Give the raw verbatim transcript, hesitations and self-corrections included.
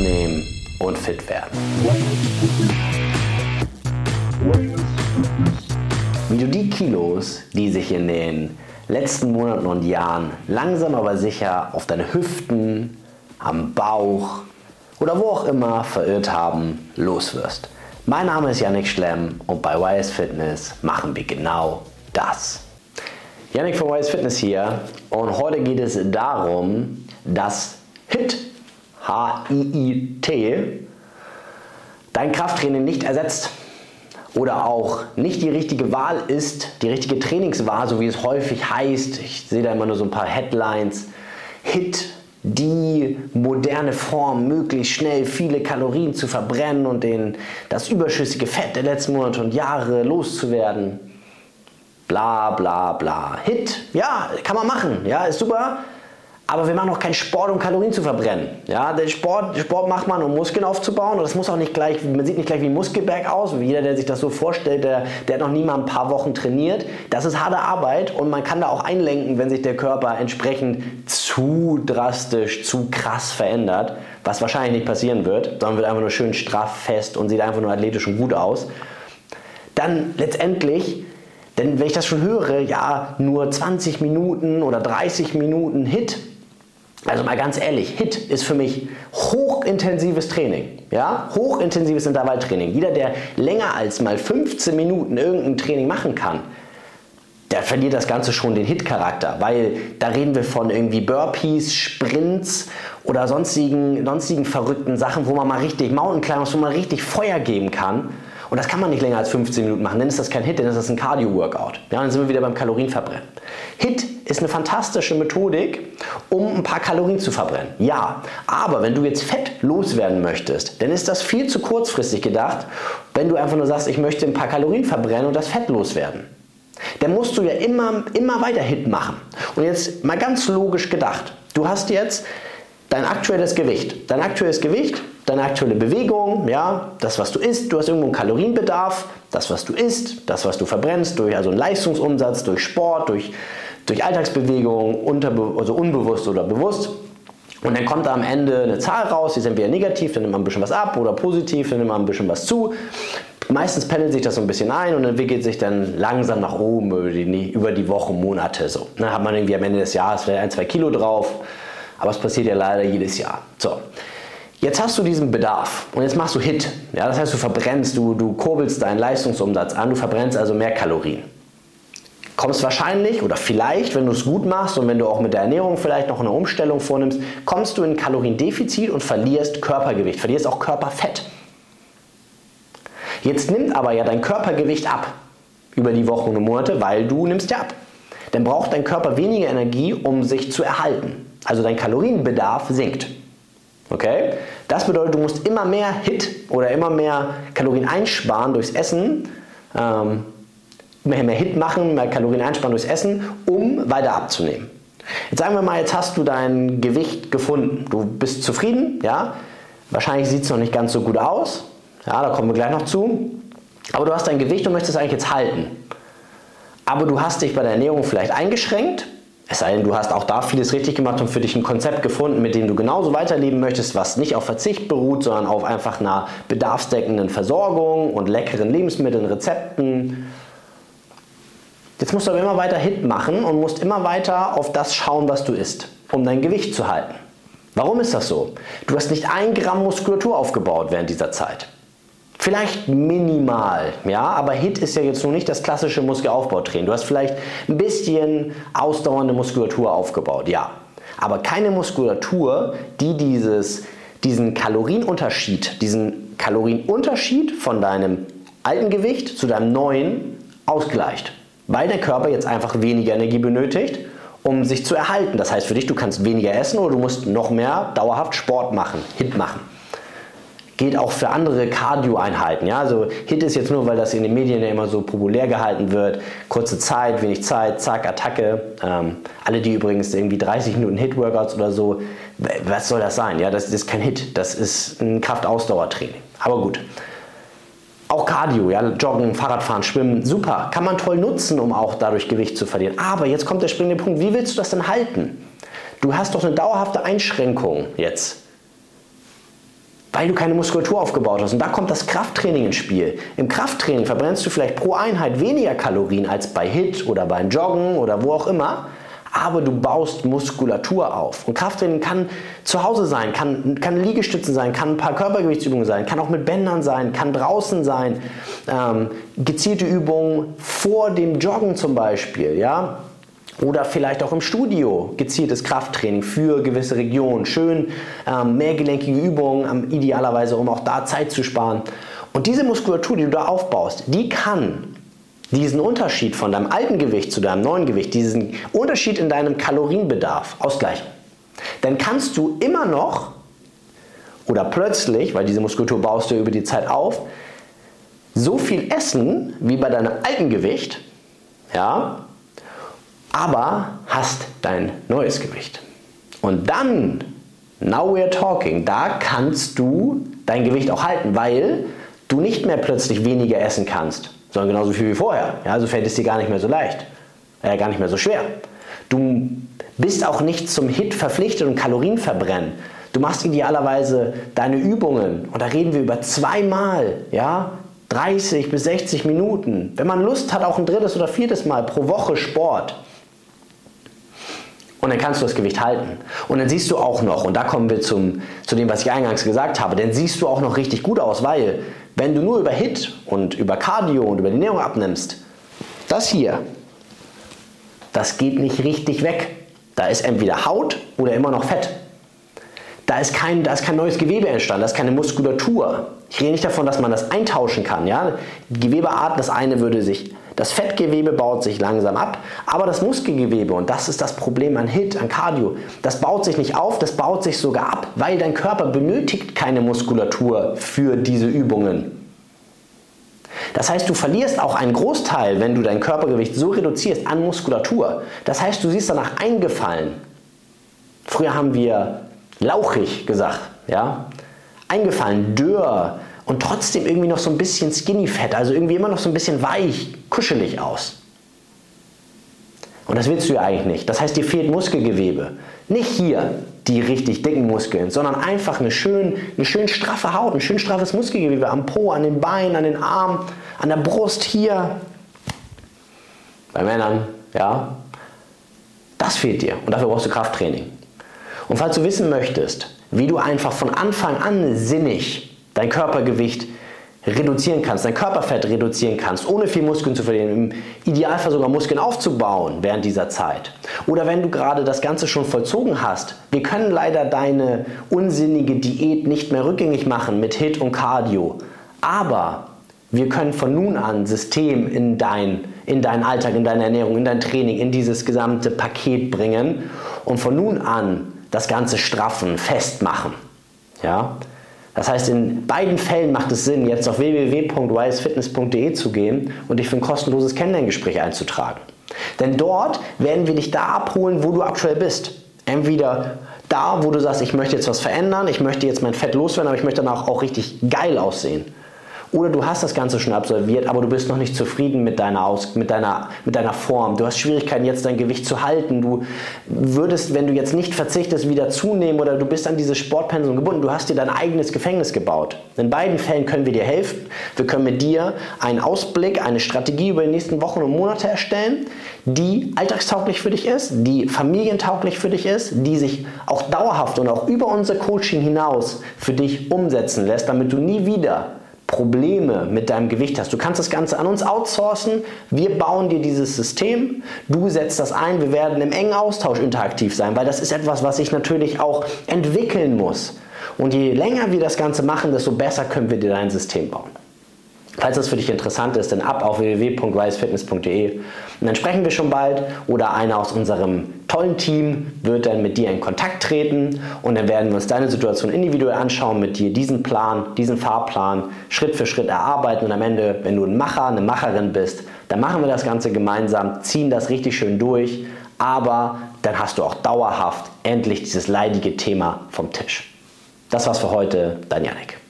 abnehmen und fit werden. Wie du die Kilos, die sich in den letzten Monaten und Jahren langsam aber sicher auf deine Hüften, am Bauch oder wo auch immer verirrt haben, loswirst. Mein Name ist Yannick Schlemm und bei Y S Fitness machen wir genau das. Yannick von Y S Fitness hier und heute geht es darum, dass HIIT, H I I T, dein Krafttraining nicht ersetzt oder auch nicht die richtige Wahl ist, die richtige Trainingswahl, so wie es häufig heißt. Ich sehe da immer nur so ein paar Headlines. HIIT, die moderne Form, möglichst schnell viele Kalorien zu verbrennen und den, das überschüssige Fett der letzten Monate und Jahre loszuwerden. Bla bla bla. HIIT, ja, kann man machen, ja, ist super. Aber wir machen auch keinen Sport, um Kalorien zu verbrennen. Ja, den Sport, Sport macht man, um Muskeln aufzubauen. Und das muss auch nicht gleich, man sieht nicht gleich wie ein Muskelberg aus. Jeder, der sich das so vorstellt, der, der hat noch nie mal ein paar Wochen trainiert. Das ist harte Arbeit und man kann da auch einlenken, wenn sich der Körper entsprechend zu drastisch, zu krass verändert. Was wahrscheinlich nicht passieren wird, sondern wird einfach nur schön straff, fest und sieht einfach nur athletisch und gut aus. Dann letztendlich, denn wenn ich das schon höre, ja, nur zwanzig Minuten oder dreißig Minuten HIIT. Also mal ganz ehrlich, HIIT ist für mich hochintensives Training. Ja? Hochintensives Intervalltraining. Jeder, der länger als mal fünfzehn Minuten irgendein Training machen kann, der verliert das Ganze schon den HIIT-Charakter. Weil da reden wir von irgendwie Burpees, Sprints oder sonstigen, sonstigen verrückten Sachen, wo man mal richtig Mountain Climbers, wo man richtig Feuer geben kann. Und das kann man nicht länger als fünfzehn Minuten machen, dann ist das kein HIIT, dann ist das ein Cardio-Workout. Ja, dann sind wir wieder beim Kalorienverbrennen. HIIT ist eine fantastische Methodik, um ein paar Kalorien zu verbrennen. Ja, aber wenn du jetzt Fett loswerden möchtest, dann ist das viel zu kurzfristig gedacht, wenn du einfach nur sagst, ich möchte ein paar Kalorien verbrennen und das Fett loswerden. Dann musst du ja immer, immer weiter HIIT machen. Und jetzt mal ganz logisch gedacht, du hast jetzt dein aktuelles Gewicht. Dein aktuelles Gewicht, deine aktuelle Bewegung, ja, das, was du isst, du hast irgendwo einen Kalorienbedarf, das, was du isst, das, was du verbrennst, durch also einen Leistungsumsatz, durch Sport, durch, durch Alltagsbewegung, unterbe also unbewusst oder bewusst. Und dann kommt da am Ende eine Zahl raus, die ist entweder negativ, dann nimmt man ein bisschen was ab, oder positiv, dann nimmt man ein bisschen was zu. Meistens pendelt sich das so ein bisschen ein und entwickelt sich dann langsam nach oben über die, über die Wochen, Monate. So. Dann hat man irgendwie am Ende des Jahres vielleicht ein, zwei Kilo drauf. Aber es passiert ja leider jedes Jahr. So, jetzt hast du diesen Bedarf und jetzt machst du HIIT. Ja, das heißt, du verbrennst, du, du kurbelst deinen Leistungsumsatz an, du verbrennst also mehr Kalorien. Kommst wahrscheinlich oder vielleicht, wenn du es gut machst und wenn du auch mit der Ernährung vielleicht noch eine Umstellung vornimmst, kommst du in ein Kaloriendefizit und verlierst Körpergewicht, verlierst auch Körperfett. Jetzt nimmt aber ja dein Körpergewicht ab über die Wochen und Monate, weil du nimmst ja ab. Dann braucht dein Körper weniger Energie, um sich zu erhalten. Also dein Kalorienbedarf sinkt. Okay? Das bedeutet, du musst immer mehr HIIT oder immer mehr Kalorien einsparen durchs Essen, ähm, mehr, mehr HIIT machen, mehr Kalorien einsparen durchs Essen, um weiter abzunehmen. Jetzt sagen wir mal, jetzt hast du dein Gewicht gefunden. Du bist zufrieden, ja? Wahrscheinlich sieht es noch nicht ganz so gut aus. Ja, da kommen wir gleich noch zu. Aber du hast dein Gewicht und möchtest es eigentlich jetzt halten. Aber du hast dich bei der Ernährung vielleicht eingeschränkt. Es sei denn, du hast auch da vieles richtig gemacht und für dich ein Konzept gefunden, mit dem du genauso weiterleben möchtest, was nicht auf Verzicht beruht, sondern auf einfach einer bedarfsdeckenden Versorgung und leckeren Lebensmitteln, Rezepten. Jetzt musst du aber immer weiter HIIT machen und musst immer weiter auf das schauen, was du isst, um dein Gewicht zu halten. Warum ist das so? Du hast nicht ein Gramm Muskulatur aufgebaut während dieser Zeit. Vielleicht minimal, ja, aber HIIT ist ja jetzt nur nicht das klassische Muskelaufbautraining. Du hast vielleicht ein bisschen ausdauernde Muskulatur aufgebaut, ja. Aber keine Muskulatur, die dieses, diesen Kalorienunterschied, diesen Kalorienunterschied von deinem alten Gewicht zu deinem neuen ausgleicht. Weil der Körper jetzt einfach weniger Energie benötigt, um sich zu erhalten. Das heißt für dich, du kannst weniger essen oder du musst noch mehr dauerhaft Sport machen, HIIT machen. Geht auch für andere Cardio-Einheiten. Ja? Also HIIT ist jetzt nur, weil das in den Medien ja immer so populär gehalten wird. Kurze Zeit, wenig Zeit, zack, Attacke. Ähm, alle, die übrigens irgendwie dreißig Minuten HIIT-Workouts oder so, was soll das sein? Ja, das, das ist kein HIIT, das ist ein Kraftausdauertraining. Aber gut. Auch Cardio, ja, Joggen, Fahrradfahren, Schwimmen, super. Kann man toll nutzen, um auch dadurch Gewicht zu verlieren. Aber jetzt kommt der springende Punkt, wie willst du das denn halten? Du hast doch eine dauerhafte Einschränkung jetzt. weil du keine Muskulatur aufgebaut hast. Und da kommt das Krafttraining ins Spiel. Im Krafttraining verbrennst du vielleicht pro Einheit weniger Kalorien als bei HIIT oder beim Joggen oder wo auch immer, aber du baust Muskulatur auf. Und Krafttraining kann zu Hause sein, kann, kann Liegestützen sein, kann ein paar Körpergewichtsübungen sein, kann auch mit Bändern sein, kann draußen sein, ähm, gezielte Übungen vor dem Joggen zum Beispiel, ja? Oder vielleicht auch im Studio gezieltes Krafttraining für gewisse Regionen. Schön ähm, mehrgelenkige Übungen, ähm, idealerweise, um auch da Zeit zu sparen. Und diese Muskulatur, die du da aufbaust, die kann diesen Unterschied von deinem alten Gewicht zu deinem neuen Gewicht, diesen Unterschied in deinem Kalorienbedarf ausgleichen. Dann kannst du immer noch oder plötzlich, weil diese Muskulatur baust du über die Zeit auf, so viel essen wie bei deinem alten Gewicht, ja, aber hast dein neues Gewicht. Und dann, now we're talking, da kannst du dein Gewicht auch halten, weil du nicht mehr plötzlich weniger essen kannst, sondern genauso viel wie vorher. Ja, also fällt es dir gar nicht mehr so leicht, äh, gar nicht mehr so schwer. Du bist auch nicht zum HIIT verpflichtet und Kalorien verbrennen. Du machst idealerweise deine Übungen und da reden wir über zweimal, ja, dreißig bis sechzig Minuten. Wenn man Lust hat, auch ein drittes oder viertes Mal pro Woche Sport. Und dann kannst du das Gewicht halten. Und dann siehst du auch noch, und da kommen wir zum, zu dem, was ich eingangs gesagt habe, dann siehst du auch noch richtig gut aus, weil wenn du nur über HIIT und über Cardio und über die Ernährung abnimmst, das hier, das geht nicht richtig weg. Da ist entweder Haut oder immer noch Fett. Da ist kein, da ist kein neues Gewebe entstanden, da ist keine Muskulatur. Ich rede nicht davon, dass man das eintauschen kann. Ja? Die Gewebearten, das eine würde sich, das Fettgewebe baut sich langsam ab, aber das Muskelgewebe, und das ist das Problem an HIIT, an Cardio, das baut sich nicht auf, das baut sich sogar ab, weil dein Körper benötigt keine Muskulatur für diese Übungen. Das heißt, du verlierst auch einen Großteil, wenn du dein Körpergewicht so reduzierst, an Muskulatur. Das heißt, du siehst danach eingefallen. Früher haben wir lauchig gesagt, ja, eingefallen, dürr und trotzdem irgendwie noch so ein bisschen Skinny-Fett, also irgendwie immer noch so ein bisschen weich, kuschelig aus. Und das willst du ja eigentlich nicht. Das heißt, dir fehlt Muskelgewebe. Nicht hier die richtig dicken Muskeln, sondern einfach eine schön, eine schön straffe Haut, ein schön straffes Muskelgewebe am Po, an den Beinen, an den Armen, an der Brust, hier. Bei Männern, ja. Das fehlt dir und dafür brauchst du Krafttraining. Und falls du wissen möchtest, wie du einfach von Anfang an sinnig dein Körpergewicht reduzieren kannst, dein Körperfett reduzieren kannst, ohne viel Muskeln zu verlieren, im Idealfall sogar Muskeln aufzubauen während dieser Zeit. Oder wenn du gerade das Ganze schon vollzogen hast, wir können leider deine unsinnige Diät nicht mehr rückgängig machen mit HIIT und Cardio, aber wir können von nun an System in, dein, in deinen Alltag, in deine Ernährung, in dein Training, in dieses gesamte Paket bringen und von nun an das Ganze straffen, festmachen. Ja? Das heißt, in beiden Fällen macht es Sinn, jetzt auf w w w punkt wise fitness punkt d e zu gehen und dich für ein kostenloses Kennenlerngespräch einzutragen. Denn dort werden wir dich da abholen, wo du aktuell bist. Entweder da, wo du sagst, ich möchte jetzt was verändern, ich möchte jetzt mein Fett loswerden, aber ich möchte danach auch richtig geil aussehen. Oder du hast das Ganze schon absolviert, aber du bist noch nicht zufrieden mit deiner, Aus mit, deiner, mit deiner Form. Du hast Schwierigkeiten, jetzt dein Gewicht zu halten. Du würdest, wenn du jetzt nicht verzichtest, wieder zunehmen oder du bist an dieses Sportpensum gebunden. Du hast dir dein eigenes Gefängnis gebaut. In beiden Fällen können wir dir helfen. Wir können mit dir einen Ausblick, eine Strategie über die nächsten Wochen und Monate erstellen, die alltagstauglich für dich ist, die familientauglich für dich ist, die sich auch dauerhaft und auch über unser Coaching hinaus für dich umsetzen lässt, damit du nie wieder Probleme mit deinem Gewicht hast. Du kannst das Ganze an uns outsourcen, wir bauen dir dieses System, du setzt das ein, wir werden im engen Austausch interaktiv sein, weil das ist etwas, was sich natürlich auch entwickeln muss. Und je länger wir das Ganze machen, desto besser können wir dir dein System bauen. Falls das für dich interessant ist, dann ab auf w w w punkt wise fitness punkt d e und dann sprechen wir schon bald oder einer aus unserem tollen Team wird dann mit dir in Kontakt treten und dann werden wir uns deine Situation individuell anschauen, mit dir diesen Plan, diesen Fahrplan Schritt für Schritt erarbeiten und am Ende, wenn du ein Macher, eine Macherin bist, dann machen wir das Ganze gemeinsam, ziehen das richtig schön durch, aber dann hast du auch dauerhaft endlich dieses leidige Thema vom Tisch. Das war's für heute, dein Jannik.